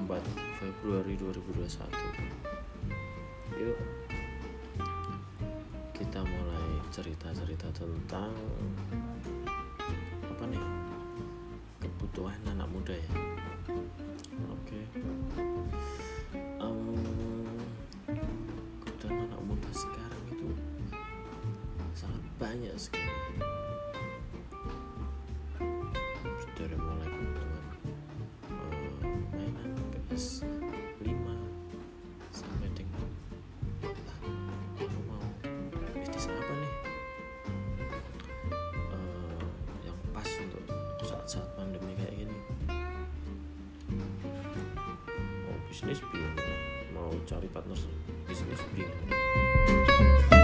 4 Februari 2021. Yuk kita mulai cerita-cerita tentang apa nih, kebutuhan anak muda ya. Oke. Kebutuhan anak muda sekarang itu sangat banyak sekali. Dari mulai kebutuhan mainan PS5 sampai dengan aku mau bisnis apa nih yang pas untuk saat-saat pandemi kayak gini. Mau bisnis bingung, mau cari partner bisnis bingung.